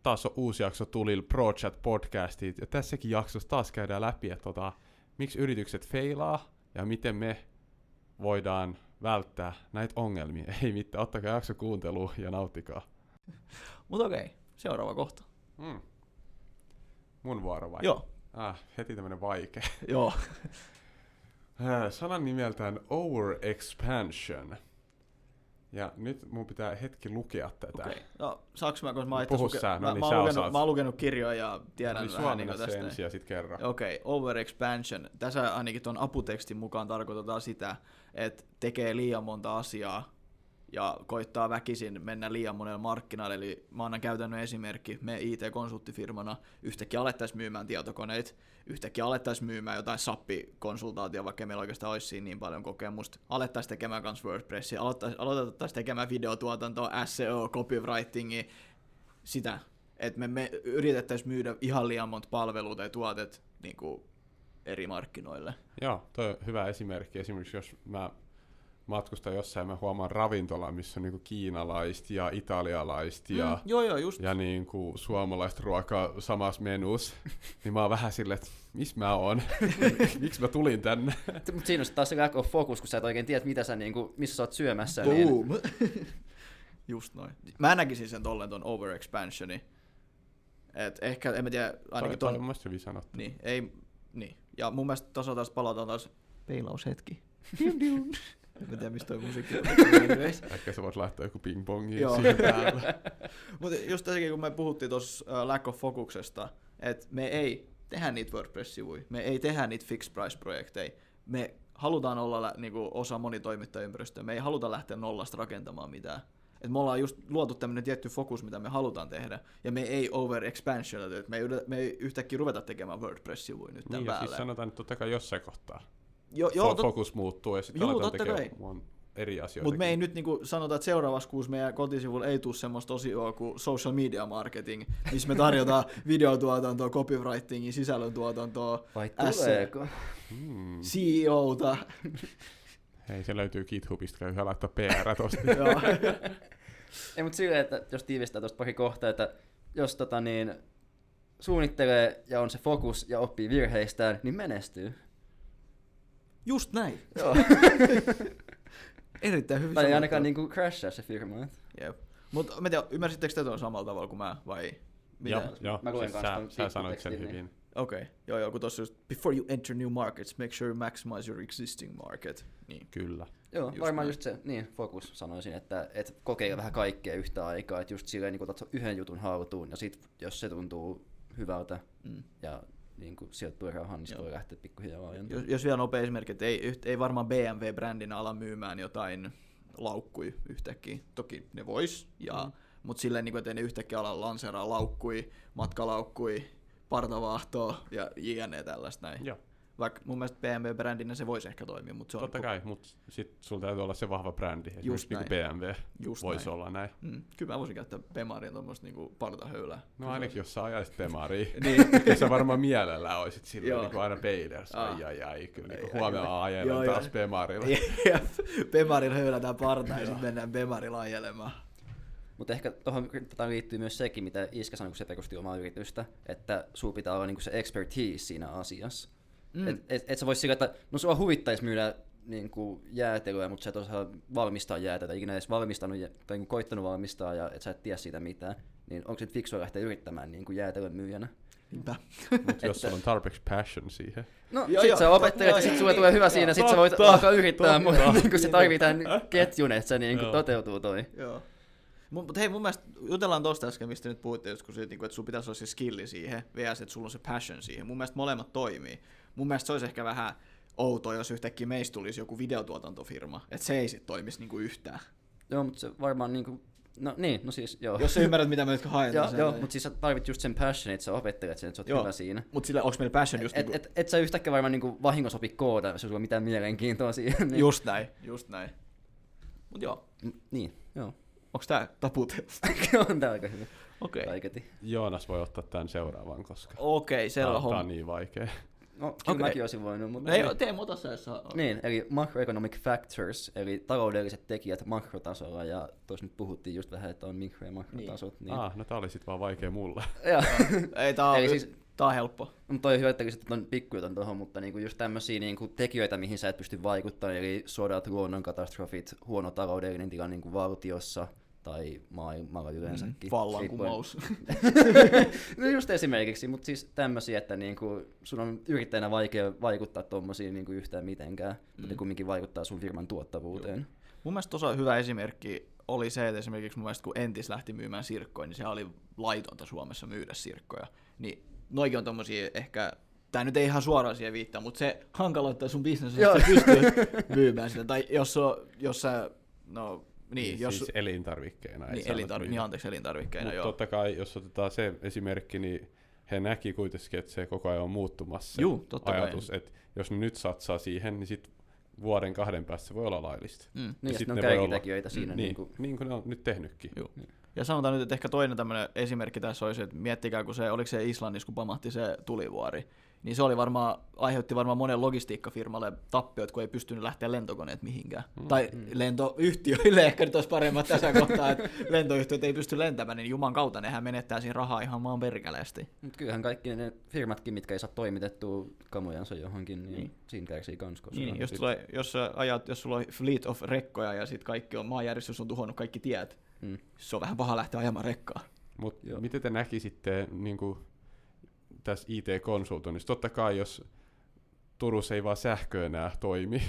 taas on uusi jakso tulilla ProChat podcastit, ja tässäkin jaksossa taas käydään läpi, että miksi yritykset feilaa, ja miten me voidaan välttää näitä ongelmia. Ei mitään, ottakaa jakso kuunteluun ja nauttikaa. Mutta okei, seuraava kohta. Mun vuoro vai? Joo. Heti tämmönen vaikea. Joo. Sanan nimeltään overexpansion. Ja nyt mun pitää hetki lukea tätä. Okei. No, saanko mä, koska mä oon lukenut kirjoja ja tiedän vähän niin tästä. Ensin ja sit kerran. Okei, overexpansion. Tässä ainakin tuon aputekstin mukaan tarkoitetaan sitä, että tekee liian monta asiaa ja koittaa väkisin mennä liian monelle markkinalle. Eli mä annan käytännön esimerkki. Me IT-konsulttifirmana yhtäkkiä alettaisiin myymään tietokoneita, yhtäkkiä alettaisiin myymään jotain SAP-konsultaatio, vaikka meillä oikeastaan olisi siinä niin paljon kokemusta. Alettaisiin tekemään myös WordPressia, aloitettaisiin tekemään videotuotantoa, SEO, copywritingia, sitä. Että me yritettäisiin myydä ihan liian monta palvelua tai tuotet niin kuin eri markkinoille. Joo, toi on hyvä esimerkki. Esimerkiksi jos mä matkustan jossain, mä huomaan ravintola, missä on niinku kiinalaista ja italialaista ja niinku suomalaista ruokaa samassa menussa, niin mä oon vähän silleen, että missä mä oon, miksi mä tulin tänne. Mutta siinä on taas se lack of focus, kun sä et oikein tiedä, mitä sä, niinku, missä sä oot syömässä. Boom! Niin... Just noin. Mä näkisin sen tolleen ton overexpansioni. Et ehkä, en mä tiedä, ainakin toi on mun mielestä hyvin sanottu. Niin. Ja mun mielestä taas palataan taas peilaushetki. En tiedä, mistä toi musiikki on. Ehkä sä voit laittaa joku ping-pongi siihen päälle. Mutta just tässäkin, kun me puhuttiin tuossa lack of focuksesta, että me ei tehdä niitä WordPress-sivuja, me ei tehdä niitä fixed price-projekteja, me halutaan olla niinku osa monitoimittajaympäristöä, me ei haluta lähteä nollasta rakentamaan mitään. Et me ollaan just luotu tämmöinen tietty fokus, mitä me halutaan tehdä, ja me ei overexpansionata, että me ei yhtäkkiä ruveta tekemään WordPress-sivuja nyt tämän päälle. Siis sanotaan, että totta kai jossain kohtaa. Fokus muuttuu ja sitten aletaan tekemään eri asioita. Mutta me ei nyt niinku sanota, että seuraavassa kuussa meidän kotisivulla ei tule semmoista osioa kuin social media marketing, missä me tarjotaan videotuotantoa, copywritingia, sisällöntuotantoa, CEOta. Hei, se löytyy GitHubista, käy laittaa PR tosta. Ei, mutta silleen, että jos tiivistää tuosta pari kohtaa, että jos suunnittelee ja on se fokus ja oppii virheistään, niin menestyy. Just näin. Joo. Erittäin hyvin. Tai ei ainakaan niinku crashaa se firma. Jep. Mutta mä tiedän, ymmärsittekö te tuon samalla tavalla kuin mä, vai mitä? Joo. Mä siis sä sanoit sen hyvin. Okei. Joo, kun tuossa just, before you enter new markets, make sure you maximize your existing market. Niin. Kyllä. Joo, just varmaan just se, fokus sanoisin, että kokeile vähän kaikkea yhtä aikaa, että just silleen niin otat yhden jutun haltuun, ja sit jos se tuntuu hyvältä, ja niin kuin sijoittuu rauhaan, niin voi lähteä pikkuhiljaa laajentamaan. Jos vielä nopea esimerkki, että ei varmaan BMW-brändinä ala myymään jotain laukkuja yhtäkkiä. Toki ne vois, mutta silleen, niin kuin, että ei ne yhtäkkiä ala lanseeraa laukkuja, matkalaukkui, partavaahtoa ja jne. Tällaista näin. Joo. Vaikka mun mielestä BMW-brändinä se voisi ehkä toimia, mutta se on... Totta kai, mutta sitten sulla täytyy olla se vahva brändi, esimerkiksi niin BMW voisi olla näin. Kyllä mä voisin käyttää Bemarin tuommoista niinku partahöylää. No ainakin jos sä ajaisit Bemaria, niin sä varmaan mielellään olisit silleen niin kuin aina Peiders. Kyllä niin huomenna ajelen taas Bemarilla. Bemarin höylätään partaa ja sitten mennään Bemarilla ajelemaan. Mutta ehkä tuohon liittyy myös sekin, mitä Iska sanoi, kun se perusti omaa yritystä, että sulla pitää olla niinku se expertise siinä asiassa. Et sä vois sillä, että no sua huvittaisi myydä niinku jäätelöä, mutta sä et osaa valmistaa jäätelöä, ikinä edes valmistanut tai koittanut valmistaa ja et sä et tiedä siitä mitään, niin onko se fiksua lähteä yrittämään niinku jäätelön myyjänä? Niinpä. Mutta jos sulla on tarpeeksi passion siihen. No sit sä opettelet ja sit sulle tulee hyvä siinä, sit sä voit alkaa yrittää, mutta niinku se tarvitaan ketjun, että se niinku toteutuu toi. Joo. Mutta hei, mun mielestä jutellaan tosta äsken, mistä nyt puhutte, että sulla pitäisi olla se skilli siihen, vs. että sulla on se passion siihen. Mun mielestä molemmat toimii. Mun mielestä se olisi ehkä vähän outoa, jos yhtäkkiä meistä tulisi joku videotuotantofirma, että se ei sit toimisi niinku yhtään. Joo, mutta se varmaan niinku, no siis joo. Jos sä ymmärrät, mitä me nyt haetaan. Joo, mutta siis sä tarvit just sen passion, että sä opettelet sen, että sä oot hyvä siinä. Mutta sillä onko meillä passion just niinku... Et sä yhtäkkiä varmaan niinku vahingossa opi kooda, jos sulla on mitään mielenkiintoa siihen. Niin. Just näin. Mut joo. Niin, joo. Onks tää taputeltu? On tää aika hyvä. Okei. Kaiketi. Joonas voi ottaa tän seuraavan, koska Okei, selvä homma. tää on niin vaikea. No, kyllä mäkin olisin voinut. Mutta ei, Teemu, ota sä, jos saa. Niin, eli macroeconomic factors, eli taloudelliset tekijät makrotasolla, ja tuossa nyt puhuttiin just vähän, että on mikro- ja makrotasot. Niin. No tää oli sit vaan vaikea mulle. Ei, tää on helppo. Mutta toi hyvä, että on pikkujutun tuohon, mutta niinku just tämmöisiä niinku tekijöitä, mihin sä et pysty vaikuttamaan, eli sodat, luonnonkatastrofit, huono taloudellinen tilanne niinku valtiossa, tai maailmalla yleensäkin. Vallankumous. No just esimerkiksi, mutta siis tämmöisiä, että niinku sun on yrittäjänä vaikea vaikuttaa tommosiin niinku yhtään mitenkään, mutta ne kumminkin vaikuttaa sun firman tuottavuuteen. Mun mielestä tuossa hyvä esimerkki oli se, että esimerkiksi mun mielestä kun Entis lähti myymään sirkkoja, niin se oli laitonta Suomessa myydä sirkkoja. Niin noikin on tommosia ehkä, tää nyt ei ihan suoraan siihen viittaa, mutta se hankaloittaa sun bisnes, että sä pystyt myymään sitä. Tai jos sä, no niin, jos... Siis elintarvikkeina. Elintarvikkeina, joo. Totta kai, jos otetaan se esimerkki, niin he näki kuitenkin, että se koko ajan on muuttumassa ajatus, että jos ne nyt satsaa siihen, niin sitten vuoden 2 päästä se voi olla laillista. Niin, sitten ne on kärkitekijöitä siinä. Niin kuin ne on nyt tehnytkin. Ja sanotaan nyt, että ehkä toinen tämmöinen esimerkki tässä olisi, että miettikää, oliko se Islannissa, kun pamahti se tulivuori, niin se aiheutti varmaan monen logistiikkafirmalle tappiot, kun ei pystynyt lähteä lentokoneet mihinkään. Tai lentoyhtiöille ehkä nyt olisi paremmat tässä kohtaa, että lentoyhtiöt ei pysty lentämään, niin juman kautta nehän menettää siinä rahaa ihan maan perkeleesti. Mutta kyllähän kaikki ne firmatkin, mitkä ei saa toimitettua kamojansa johonkin, niin siinä kärsii kans koskaan. Niin, jos sulla on fleet of rekkoja ja sitten kaikki on, maanjärjestys on tuhonnut kaikki tiet, se on vähän paha lähteä ajamaan rekkaa. Mutta miten te näkisitte niin tässä IT-konsultoinnissa? Totta kai, jos Turussa ei vaan sähkö enää toimi,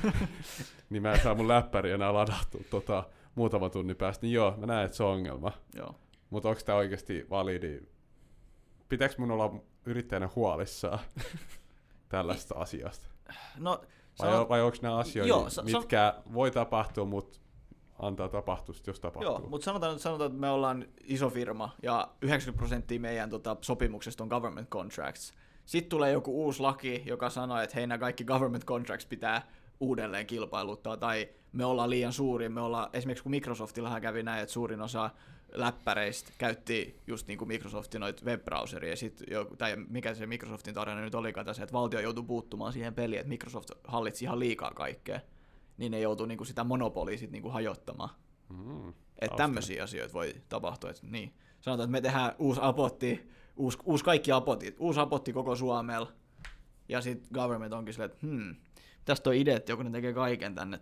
niin mä en saa mun läppäri enää ladattua muutaman tunnin päästä, niin joo, mä näen, että se on ongelma. Mutta onko tämä oikeasti validi? Pitääkö mun olla yrittäjänä huolissaan tällaista asiasta? No, vai onko nämä asioita, mitkä voi tapahtua, mutta antaa tapahtua, jos tapahtuu. Joo, mutta sanotaan, että me ollaan iso firma ja 90% meidän sopimuksesta on government contracts. Sitten tulee joku uusi laki, joka sanoo, että hei, nämä kaikki government contracts pitää uudelleen kilpailuttaa, tai me ollaan liian suuri. Esimerkiksi kun Microsoftillahan kävi näin, että suurin osa läppäreistä käytti just niin kuin Microsoftin noita webbrowseria, tai mikä se Microsoftin tarina nyt olikaan tässä, että valtio joutui puuttumaan siihen peliin, että Microsoft hallitsi ihan liikaa kaikkea. Niin ne joutuu niinku sitä monopolia sit niinku hajottamaan. Että tämmöisiä asioita voi tapahtua. Et niin. Sanotaan, että me tehdään uusi apotti, uusi kaikki apotit, uusi apotti koko Suomella. Ja sitten government onkin silleen, että tästä on Identio, kun ne tekee kaiken tänne.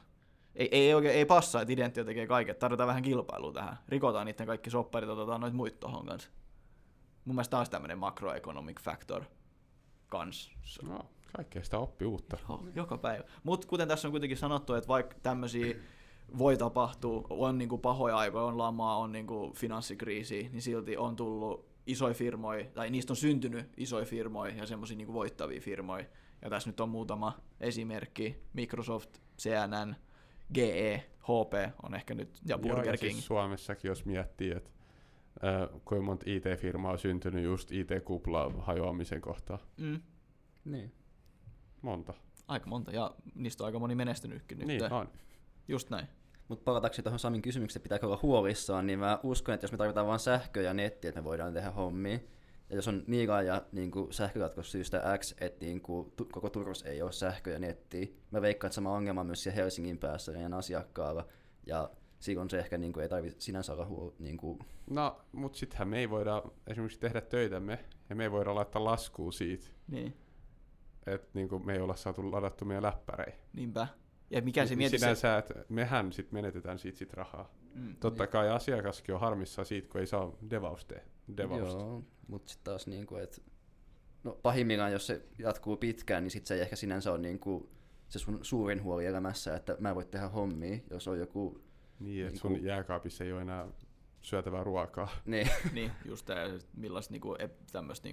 Ei passaa, että Identio tekee kaiken. Tarvitaan vähän kilpailua tähän. Rikotaan niiden kaikki sopparit, otetaan noita muita tohon kanssa. Mun mielestä taas tämmönen macroeconomic factor kans. No. Kaikkea sitä oppii uutta. Joka päivä. Mutta kuten tässä on kuitenkin sanottu, että vaikka tämmöisiä voi tapahtua, on niinku pahoja aikoja, on lamaa, on niinku finanssikriisiä, niin silti on tullut isoja firmoja, tai niistä on syntynyt isoja firmoja ja semmoisia niinku voittavia firmoja. Ja tässä nyt on muutama esimerkki. Microsoft, CNN, GE, HP on ehkä nyt, ja Burger King. Siis Suomessakin, jos miettii, että kuinka monta IT-firmaa on syntynyt just IT-kupla hajoamisen kohtaan. Niin. Monta. Aika monta, ja niistä on aika moni menestynytkin nyt. Niin, on. Just näin. Mutta palatakseni tuohon Samin kysymykseen, että pitääkö olla huolissaan, niin mä uskon, että jos me tarvitaan vain sähköä ja nettiä, että me voidaan tehdä hommia, ja jos on niin laaja niin sähkökatkos syystä X, että niin koko Turussa ei ole sähköä ja nettiä, mä veikkaan, että sama ongelma myös siellä Helsingin päässä meidän asiakkaalla, ja silloin se ehkä ei tarvitse sinänsä olla No, mutta sittenhän me ei voida esimerkiksi tehdä töitämme, ja me ei voida laittaa laskua siitä. Niin. Että niinku me ei olla saatu ladattu meidän läppäreihin. Niinpä. Ja mikä se mieti sinänsä, että mehän sit menetetään siitä sit rahaa. Totta kai asiakaskin on harmissaan siitä, kun ei saa devausta. Joo, mutta sitten taas että pahimmillaan, jos se jatkuu pitkään, niin sit se ei ehkä sinänsä ole se sun suurin huoli elämässä, että mä voin tehdä hommia, jos on joku... Niin, että sun jääkaapissa ei ole enää syötävää ruokaa. Niin, just millaista tämmöistä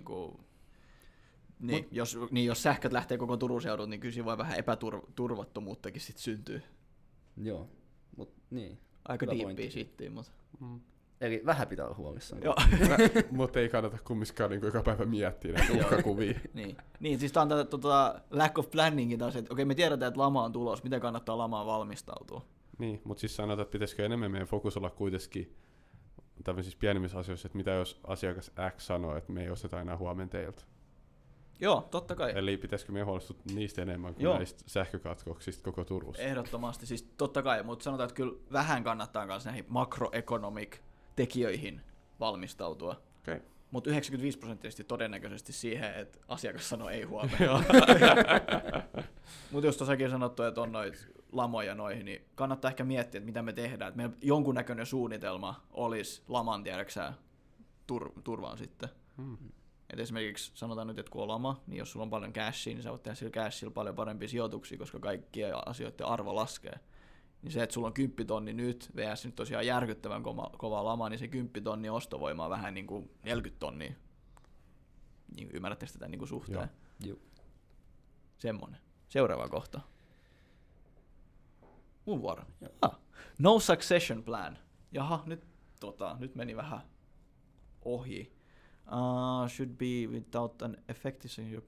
jos sähköt lähtee koko Turun seudun, niin kyllä siinä voi vähän epäturvattomuuttakin sit syntyy. Joo, mutta niin. Aika diippiä sitten, mutta... Eli vähän pitää olla huolissaan. Joo. Mutta ei kannata kumminkaan joka päivä miettiä näitä uhkakuvia. niin, siis tää on lack of planningin taas, että okei, me tiedetään, että lama on tulos, miten kannattaa lamaan valmistautua. Niin, mutta siis sanotaan, että pitäisikö enemmän meidän fokus olla kuitenkin tämmöisissä pienimmissä asioissa, että mitä jos asiakas X sanoo, että me ei osteta enää huomenna teiltä. Joo, totta kai. Eli pitäisikö me huolestua niistä enemmän kuin näistä sähkökatkoksista koko Turussa? Ehdottomasti, siis totta kai, mutta sanotaan, että kyllä vähän kannattaa myös näihin makroeconomic-tekijöihin valmistautua. Okay. Mutta 95% todennäköisesti siihen, että asiakas sanoo ei huomenna. Mutta jos tosiaankin sanottu, että on noita lamoja noihin, niin kannattaa ehkä miettiä, että mitä me tehdään. Että meillä jonkunnäköinen suunnitelma olisi laman tiedäksää turvaan sitten. Et esimerkiksi sanotaan nyt, että kun on lama, niin jos sulla on paljon cashia, niin sä voit tehdä sillä cashilla paljon parempia sijoituksia, koska kaikkien asioiden arvo laskee. Niin se, että sulla on 10 000 nyt, vs. nyt tosiaan järkyttävän kova lama, niin se 10 000 ostovoima on vähän niin kuin 40 000. Niin ymmärrättekö tätä niin kuin suhteen? Joo. Semmonen. Seuraava kohta. Mun vuoro. No succession plan. Jaha, nyt meni vähän ohi. Should be without an effective...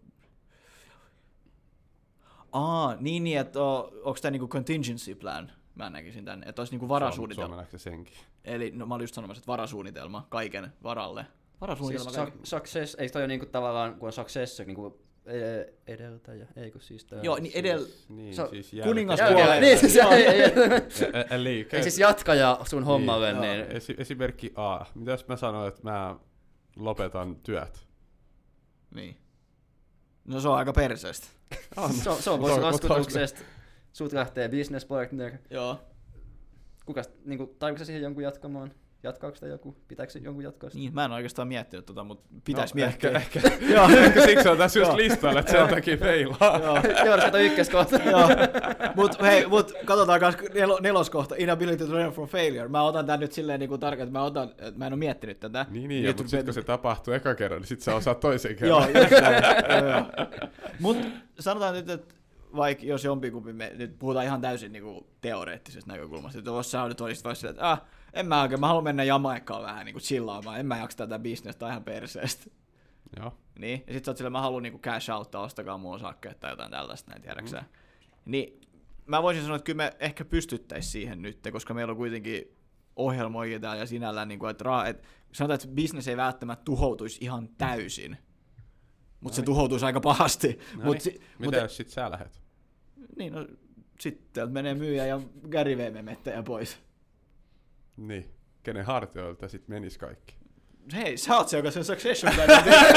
niin, että onko tämä niinku contingency plan? Mä näkisin tän, että olisi niinku varasuunnitelma. Suomen senkin. Eli mä olin just sanomassa, että varasuunnitelma kaiken varalle. Varasuunnitelma siis success, eikö toi niinku tavallaan, kun on successor, niinku edeltäjä, eikö siis tää? Joo, niin siis kuningaspuolella. Niin, siis eli siis jatkaja sun hommalle, niin... Esimerkki A. Mitä jos mä sanon, että mä lopetan työt? Niin. No se on aika perseestä. Se on pois laskutuksesta. Sut lähtee business partner. Joo. Kukas, niinku, tarvitsetko siihen jonkun jatkamaan? Jatkaako sitä joku? Pitääkö jonkun jatkaa sitä? Niin, mä en oikeastaan miettinyt mutta pitäisi miettiä. Ehkä siksi on tässä just listalla, että sen takia feilaa. Joo, kato ykköskohta. Mut katsotaan kans neloskohta, inability to learn from failure. Mä otan tän nyt silleen niinku tarkkaan, että mä en oo miettinyt tätä. Niin, mutta sit kun se tapahtuu eka kerran, niin sit sä osaat toisen kerran. Joo. Mut sanotaan nyt, että vaikka jos jompikumpi, me nyt puhutaan ihan täysin niinku teoreettisesta näkökulmasta, että jos sä nyt olisit vaikka silleen, että mä haluan mennä Jamaikkaan vähän niinku chillaamaan, en mä jaksa tätä bisnestä ihan perseestä. Joo. Niin, ja sit sä oot silleen, mä haluan niinku cash outtaa, ostakaa mun osakkeet tai jotain tällaista, näin tiedäksä. Niin, mä voisin sanoa, että kyllä me ehkä pystyttäisiin siihen nyt, koska meillä on kuitenkin ohjelmoija täällä ja sinällään, niinku, että sanotaan, että business ei välttämättä tuhoutuisi ihan täysin, mutta se tuhoutuisi aika pahasti. Mitä jos sit sä lähet? Niin, no sitten täältä menee myyjä ja Gary V-memettäjä pois. Niin, kenen hartioilta sit menis kaikki? Hei, sä oot se, joka sen succession plan.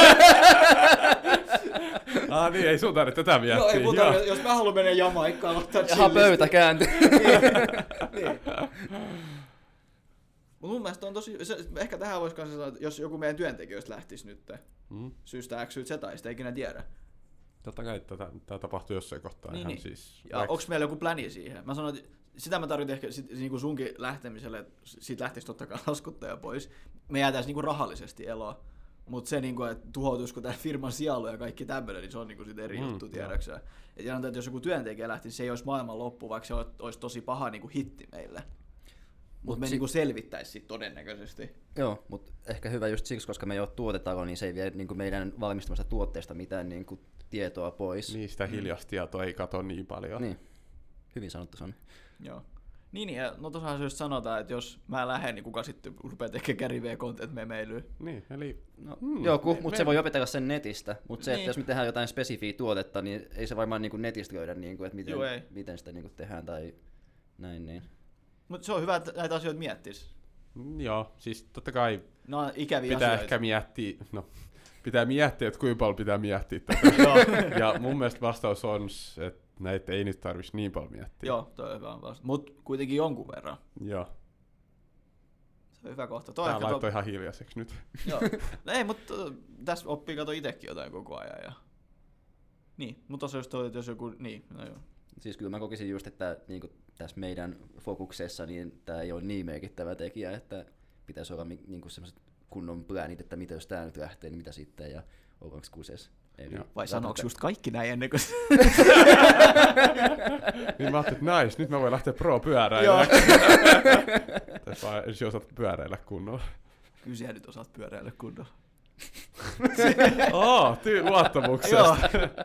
Niin, ei sun tarvitse tätä miettiä. Ei, mutta jos mä haluan mennä Jamaikkaan, ottaa chillisti. Ihan pöytä kääntyy. Niin. Mutta mun mielestä on tosi, ehkä tähän voisi kanssa sanoa, että jos joku meidän työntekijöistä lähtisi nyt syystä X, Z, tai sitä ikinä tiedä. Totta kai tämä tapahtuu jossain kohtaa. Niin. Siis ja onko meillä joku pläni siihen? Mä sanoin, että sitä mä tarvitsen ehkä niinku sunkin lähtemiselle, että siitä lähtisi totta kai laskuttaja pois. Me jäätäisiin niinku rahallisesti eloa. Mutta se, niinku, että tuhoutuisiko tämän firman sielu ja kaikki tämmöinen, niin se on niinku sit eri juttu, tiedäksä. Ja että jos joku työntekijä lähtisi, se ei olisi maailman loppu, vaikka se olisi tosi paha niinku hitti meille. Mutta me niinku selvittäisi siitä todennäköisesti. Joo, mutta ehkä hyvä just siksi, koska me ei ole tuotetalo, niin se ei vie niinku meidän valmistamasta tuotteesta mitään niinku tietoa pois. Niin, sitä hiljasta tietoa ei kato niin paljon. Niin, hyvin sanottu Sami. Joo. Niin, ja no tosiaan se just sanotaan, että jos mä lähden, niin kuka sitten rupeaa tekemään Gary V-content-memeilyä. Niin, eli... mutta se voi opetella sen netistä, mutta se, että jos me tehdään jotain spesifiä tuotetta, niin ei se varmaan niinku netistä löydä, niinku, että miten sitä niinku tehdään tai näin. Niin. Mutta se on hyvä, että näitä asioita miettisi. Joo, siis totta kai no, ikäviä pitää asioita. ehkä miettiä, pitää miettiä, että kuinka paljon pitää miettiä tätä. Ja mun mielestä vastaus on, että näitä ei nyt tarvitsisi niin paljon miettiä. Joo, toi on hyvä vastaus. Mutta kuitenkin jonkun verran. Joo. Se on hyvä kohta. Tää laittoi ihan hiljaiseksi nyt. Joo. Ei, mutta tässä oppii kato itsekin jotain koko ajan. Ja... Niin, mutta tuossa just toi, että jos joku... Niin, no joo. Siis kyllä mä kokisin just, että niin tässä meidän fokuksessa niin tämä ei ole niin merkittävä tekijä, että pitäisi olla niin sellaiset kunnon pläänit, että mitä jos tämä nyt lähtee, niin mitä sitten ja ollaanko kuses. Vai sanooko just kaikki näin ennen kuin... Niin mä ajattelin, että nice, nyt mä voin lähteä pro-pyöräillä. Tässä vaan ensin osaat pyöräillä kunnolla. Kyllä siellä nyt osaat pyöräillä kunnolla. Luottamuksesta.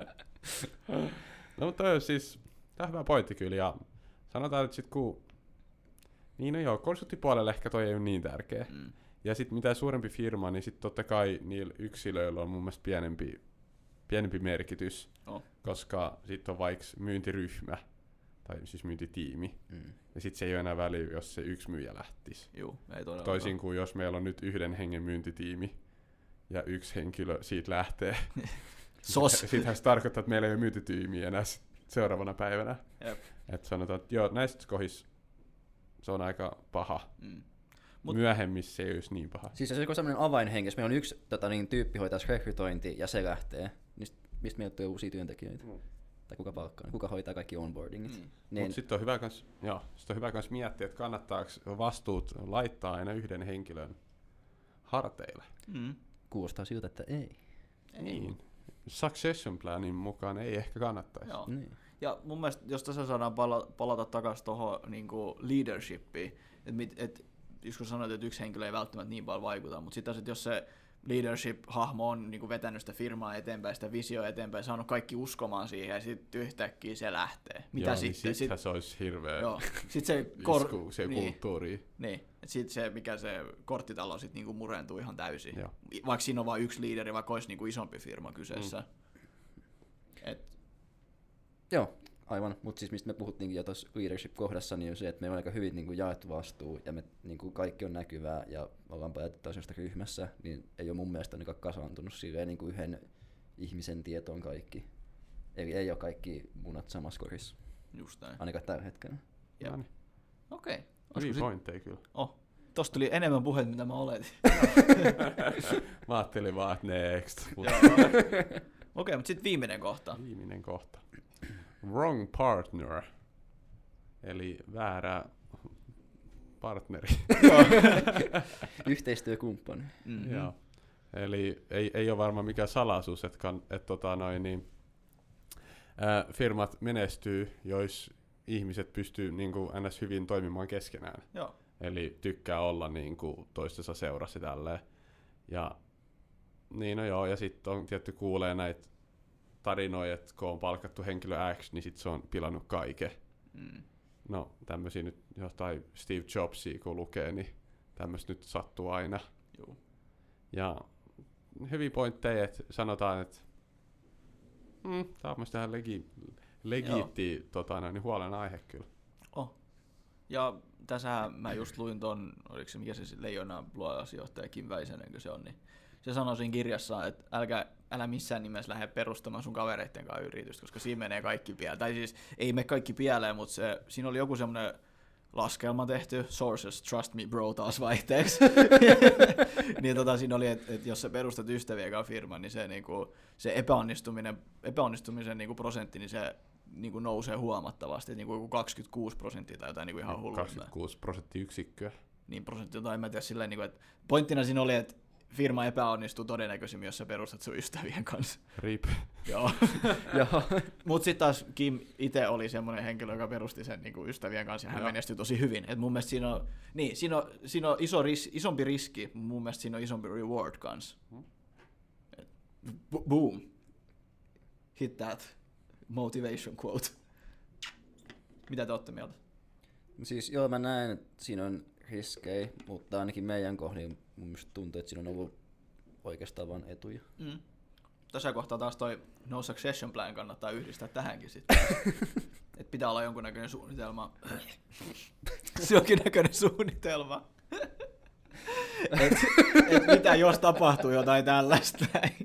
No mutta siis, tää on hyvä pointti kyllä, ja sanotaan, että sit kun... Niin no joo, konsulttipuolelle ehkä toi ei ole niin tärkeä. Ja sit mitä suurempi firma, niin sit totta kai niillä yksilöillä on mun mielestä pienempi pienempi merkitys, koska sitten on vaikka myyntiryhmä, tai siis myyntitiimi, ja sitten se ei ole enää väliä, jos se yksi myyjä lähtisi. Juu, ei todellakaan. Toisin kuin jos meillä on nyt yhden hengen myyntitiimi, ja yksi henkilö siitä lähtee. Sittenhän se tarkoittaa, että meillä ei ole myyntitiimiä enää seuraavana päivänä. Että sanotaan, että joo, näistä kohdissa se on aika paha. Myöhemmissä se ei olisi niin paha. Siis se on sellainen avainhenki, jos meillä on yksi tyyppi hoitaa rekrytointi ja se lähtee, niin mistä meillä tulee uusia työntekijöitä? Tai kuka palkkaa, kuka hoitaa kaikki onboardingit. Niin. Mutta sitten on hyvä kans miettiä, että kannattaako vastuut laittaa aina yhden henkilön harteille. Kuulostaa siltä, että ei. Niin. Succession planin mukaan ei ehkä kannattaisi. Joo. Niin. Ja mun mielestä, jos tässä saadaan palata takaisin tuohon niinku leadershipiin, että kun sanoit, että yksi henkilö ei välttämättä niin paljon vaikuta, mutta sitten jos se leadership-hahmo on niinku vetänyt sitä firmaa eteenpäin, sitä visioa eteenpäin, saanut kaikki uskomaan siihen ja sitten yhtäkkiä se lähtee. Mitä joo, sitten? Niin se olisi hirveä isku se kulttuuriin. Niin, että sitten se, mikä se korttitalo sitten niinku murentuu ihan täysin. Joo. Vaikka siinä on vain yksi liideri, vaikka olisi niinku isompi firma kyseessä. Joo, aivan. Mutta siis mistä me puhuttiinkin jo tuossa leadership-kohdassa, niin on se, että meillä on aika hyvin niin kuin jaettu vastuu ja me niin kuin kaikki on näkyvää ja ollaan päätetty asioista ryhmässä, niin ei ole mun mielestä ainakaan kasaantunut silleen niin kuin yhden ihmisen tietoon kaikki. Eli ei ole kaikki munat samassa korissa. Just näin. Ainakaan tällä hetkellä. Okei. Hyviä pointteja kyllä. Tosta tuli enemmän puheita, mitä mä oletin. Mä ajattelin vaan, että next. Okei, mutta sitten viimeinen kohta. Wrong partner. Eli väärä partneri. Yhteistyökumppani. Joo. Eli ei ole varmaan mikään salaisuus, että firmat menestyy, jos ihmiset pystyy niin kuin ns. Hyvin toimimaan keskenään. Joo. Eli tykkää olla niin kuin toistensa seurassa tälleen. Ja ja sitten on tietty kuulee näitä tarinoja, että kun on palkattu henkilö X, niin sitten se on pilannut kaiken. No tämmöisiä nyt jotain Steve Jobsia kun lukee, niin tämmöistä nyt sattuu aina. Joo. Ja hyviä pointteja, että sanotaan, että tämä on myös tähän legiitti huolenaihe kyllä. Ja tässä mä just luin ton, oliko se mikä se Leijona Blues-johtaja Kim Väisänen, se on, niin se sanoi siinä kirjassa, että älä missään nimessä lähde perustamaan sun kavereitten kanssa yritystä, koska siinä menee kaikki pieleen. Tai siis ei mene kaikki pieleen, mutta siinä oli joku semmoinen laskelma tehty, sources, trust me bro taas vaihteeksi. Niin siinä oli, että jos sä perustat ystävien kanssa firman, niin se epäonnistumisen niinku prosentti, niin se niinku nousee huomattavasti, niinku joku 26% tai jotain niinku ihan hullua. 26%. Niin prosentti, jotain en mä tiedä silleen, niinku, että pointtina siinä oli, että firma epäonnistuu todennäköisimmin, jos sä perustat sun ystävien kanssa. Rip. Joo. Mut sitten taas Kim itse oli semmoinen henkilö, joka perusti sen niinku ystävien kanssa ja hän menestyi tosi hyvin. Et mun mielestä siinä on isompi riski, mun mielestä siinä on isompi reward kanssa. Boom. Hit that motivation quote. Mitä te ootte mieltä? Siis joo, mä näen, että siinä on riskejä, mutta ainakin meidän kohdalla mun mielestä tuntuu, että siinä on ollut oikeastaan vain etuja. Tässä kohtaa taas toi no succession plan kannattaa yhdistää tähänkin sitten. Et pitää olla jonkunnäköinen suunnitelma. Jonkinnäköinen suunnitelma. et mitä jos tapahtuu jotain tällaista.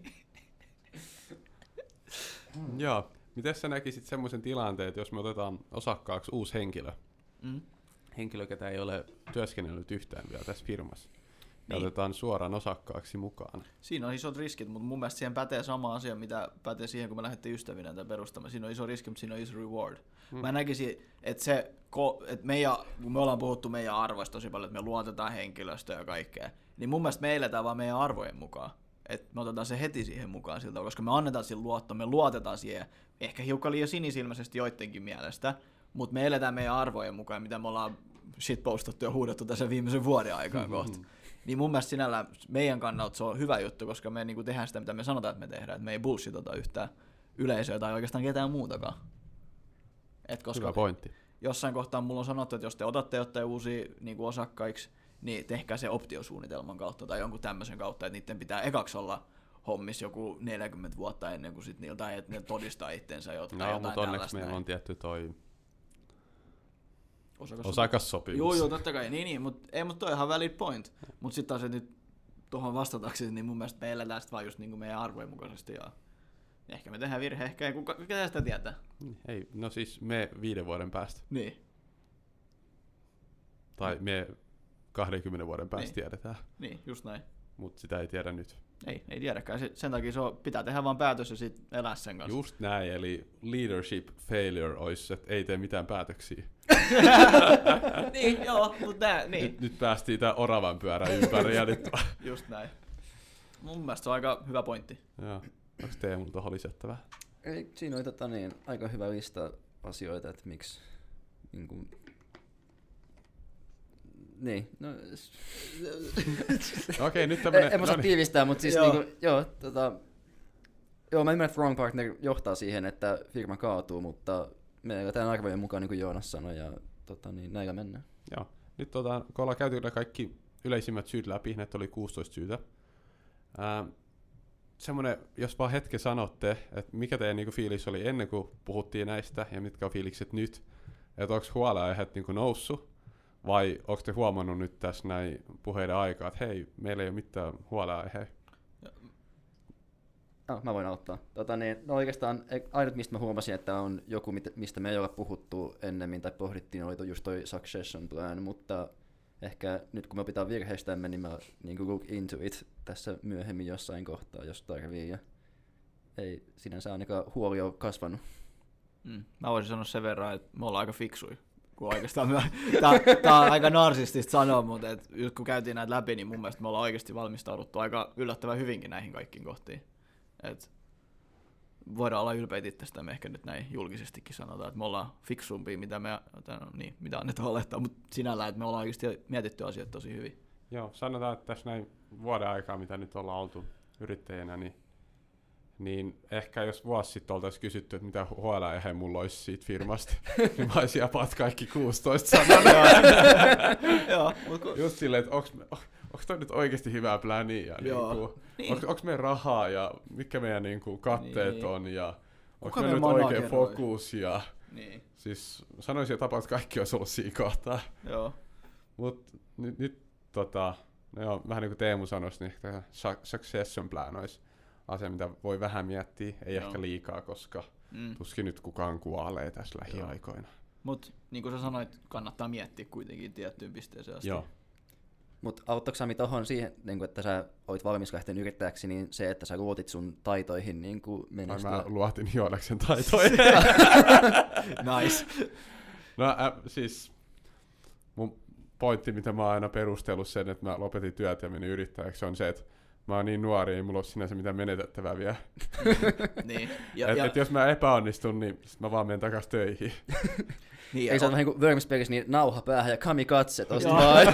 Joo. Miten sä näkisit semmoisen tilanteen, että jos me otetaan osakkaaksi uusi henkilö, henkilö, ketä ei ole työskennellyt yhtään vielä tässä firmassa, ja otetaan suoraan osakkaaksi mukaan? Siinä on isot riskit, mutta mun mielestä siihen pätee sama asia, mitä pätee siihen, kun me lähdettiin ystävinä tai perustamaan. Siinä on iso riski, mutta siinä on iso reward. Mä näkisin, että kun me ollaan puhuttu meidän arvoista tosi paljon, että me luotetaan henkilöstöä ja kaikkea, niin mun mielestä me eletään vaan meidän arvojen mukaan. Että me otetaan se heti siihen mukaan siltä, koska me annetaan sille luottoa, me luotetaan siihen, ehkä hiukan liian sinisilmäisesti joidenkin mielestä, mutta me eletään meidän arvojen mukaan, mitä me ollaan shitpostattu ja huudettu tässä viimeisen vuoden aikaan kohta. Niin mun mielestä sinällään meidän kannalta se on hyvä juttu, koska me niinku tehdään sitä, mitä me sanotaan, että me tehdään, että me ei bullshitota yhtään yleisöä tai oikeastaan ketään muutakaan. Hyvä pointti. Jossain kohtaa mulla on sanottu, että jos te otatte jotain uusia niinku osakkaiksi, niin tehkää se optiosuunnitelman kautta tai jonkun tämmöisen kautta, että niiden pitää ekaksi olla hommis joku 40 vuotta ennen kuin sit niiltä, että ne todistaa itsensä jotain no, mutta onneksi meillä on tietty toi osakassopimus. Joo, totta kai. Niin, mutta toi on ihan valid point. Mutta sitten taas, että nyt tuohon vastatakseni, niin mun mielestä me eletään sit vaan just niin kuin meidän arvojen mukaisesti. Ja ehkä me tehdään virhe, ehkä ei kuka sitä tietää. Ei, no siis me 5 vuoden päästä. Niin. Tai me 20 vuoden päästä tiedetään. Niin, just näin. Mutta sitä ei tiedä nyt. Ei tiedäkään. Sen takia pitää tehdä vaan päätös ja sitten elää sen kanssa. Just näin, eli leadership failure olisi, että ei tee mitään päätöksiä. Niin, joo, mutta niin. Nyt päästiin tämän oravan pyörän ympäri ja nyt... Just näin. Mun mielestä se on aika hyvä pointti. Joo. Onko Teemulla tuohon lisättävää? Ei, siinä oli aika hyvä lista asioita, että miksi... Niin, no... Okei, nyt tämmönen... En mä saa tiivistää, mutta siis Joo, mä ymmärrän, että wrong partner johtaa siihen, että firma kaatuu, mutta me eletään arvojen mukaan, niin kuin Joonas sanoi, ja näillä mennään. Joo. Nyt kun ollaan käyty kaikki yleisimmät syyt läpi, näitä oli 16 syytä. Semmoinen, jos vaan hetken sanotte, että mikä teidän niinku fiilis oli ennen kuin puhuttiin näistä, ja mitkä on fiilikset nyt, että onko huolenaiheet niinku noussut, vai onko te huomannut nyt tässä näin puheiden aikaa, että hei, meillä ei ole mitään huolenaiheita? Mä voin auttaa. No oikeastaan ainut, mistä mä huomasin, että on joku, mistä me ei olla puhuttu ennemmin tai pohdittiin, oli just toi succession plan, mutta ehkä nyt kun me opitaan virheistämme, niin mä niin look into it tässä myöhemmin jossain kohtaa, jos tarvii. Ja ei sinänsä ainakaan huoli ole kasvanut. Mä voisin sanoa sen verran, että me ollaan aika fiksuja. Tää on aika narsistista sanoa, mutta kun käytiin näitä läpi, niin mun mielestä me ollaan oikeasti valmistauduttu aika yllättävän hyvinkin näihin kaikkiin kohtiin. Et voidaan olla ylpeitä itsestämme, ehkä nyt näin julkisestikin sanotaan, että me ollaan fiksumpia, mitä annetaan olettaa, mutta sinällään, että me ollaan oikeasti mietitty asioita tosi hyvin. Joo, sanotaan, että tässä näin vuoden aikaa, mitä nyt ollaan oltu yrittäjänä, niin ehkä jos vuosi sitten oltaisiin kysytty, että mitä huolenaiheja mulla olisi siitä firmasta, niin mä olisin apat kaikki 16 sanaa. Just silleen, että onko toi nyt oikeasti hyvää pläniä? Onko meidän rahaa ja mitkä meidän katteet on ja onko meidän nyt oikein fokus? Ja, siis sanoisin, että apat kaikki olisi ollut siinä kohtaa. Mutta nyt vähän niin kuin Teemu sanoisi, niin tämä succession plan olisi asia, mitä voi vähän miettiä, ei ehkä liikaa, koska tuskin nyt kukaan kuolee tässä lähiaikoina. Mutta niin kuin sä sanoit, kannattaa miettiä kuitenkin tiettyyn pisteeseen asti. Joo. Mutta auttaako Sami tohon siihen, että sä olit valmis lähteen yrittäjäksi, niin se, että sä luotit sun taitoihin menestyä? Mä luotin Joonaksen taitoihin. Nice. No siis mun pointti, mitä mä oon aina perustellut sen, että mä lopetin työt ja menin yrittäjäksi, on se, että mä oon niin nuori, ei mulla ole sinänsä mitään menetettävää vielä. Niin. Et jos mä epäonnistun, niin mä vaan menen takas töihin. Niin, ei se ole vähän niin kuin Worms-pelissä, niin nauha päähän ja kamikatse tosta vaan.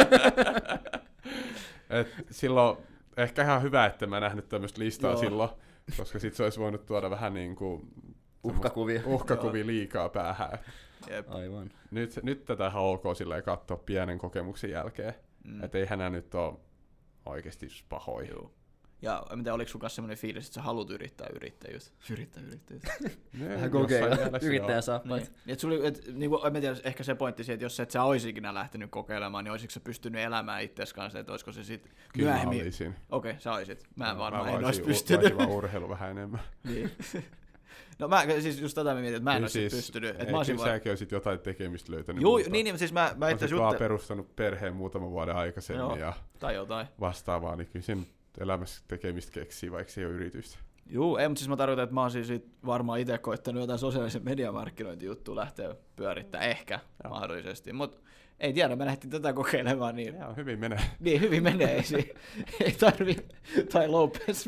Silloin ehkä ihan hyvä, että mä nähnyt tämmöistä listaa silloin, koska sit se olisi voinut tuoda vähän niin kuin uhkakuvia liikaa päähän. Aivan. Nyt tätä ihan ok silleen katsoa pienen kokemuksen jälkeen. Että eihän nämä nyt ole oikeasti pahoja. Ja mitä oliko sun kanssa semmoinen fiilis, että sä haluat yrittää yrittäjyyttä? Vähän kokeilla. Yrittäjän saappaat. En tiedä, ehkä se pointti siitä, että jos et sä ois ikinä lähtenyt kokeilemaan, niin olisiko sä pystynyt elämään itses kanssa, että olisiko se sitten myöhemmin? Kyllä mä olisin. Okei, sä oisit. Mä en varmaan en ois pystynyt. Mä urheilu vähän enemmän. Niin. No mä siis just tätä mietin, että mä en olisi pystynyt. Kyllä säkin olisit jotain tekemistä löytänyt. Joo, niin siis mä itse asiassa vaan perustanut perheen muutaman vuoden aikaisemmin ja tai jotain vastaavaa, niin kyllä sen elämässä tekemistä keksii, vaikka se ei ole yritystä. Joo, mutta siis mä tarkoitan, että mä oon siis varmaan itse koittanut jotain sosiaalisen median markkinointijuttua lähteä pyörittämään, ehkä mahdollisesti, mutta ei tiedä, me lähdettiin tätä kokeilemaan. Niin joo, hyvin menee. Niin, hyvin menee, ei tarvi Tai Lopez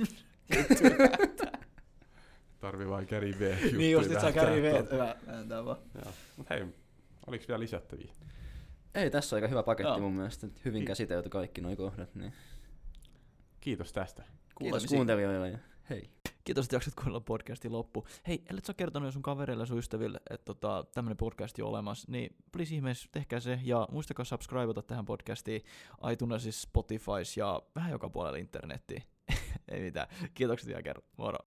tarvii vain Gary V-juttuja. Niin just, että saa Gary V vääntää vaan. Mutta hei, oliko vielä lisättäviä? Ei, tässä on aika hyvä paketti mun mielestä. Hyvin käsitelty kaikki nuo kohdat. Niin. Kiitos tästä. Kiitos kuuntelijoille ja hei. Kiitos, että jaksat kuunnella podcastin loppu. Hei, ellet sä ole kertonut sun kavereille ja sun ystäville, että tämmönen podcast on olemassa, niin please ihmeessä tehkää se ja muistakaa subscribeata tähän podcastiin iTunesissa, Spotifys ja vähän joka puolella internettiin. Ei mitään. Kiitokset vielä kerran. Moro.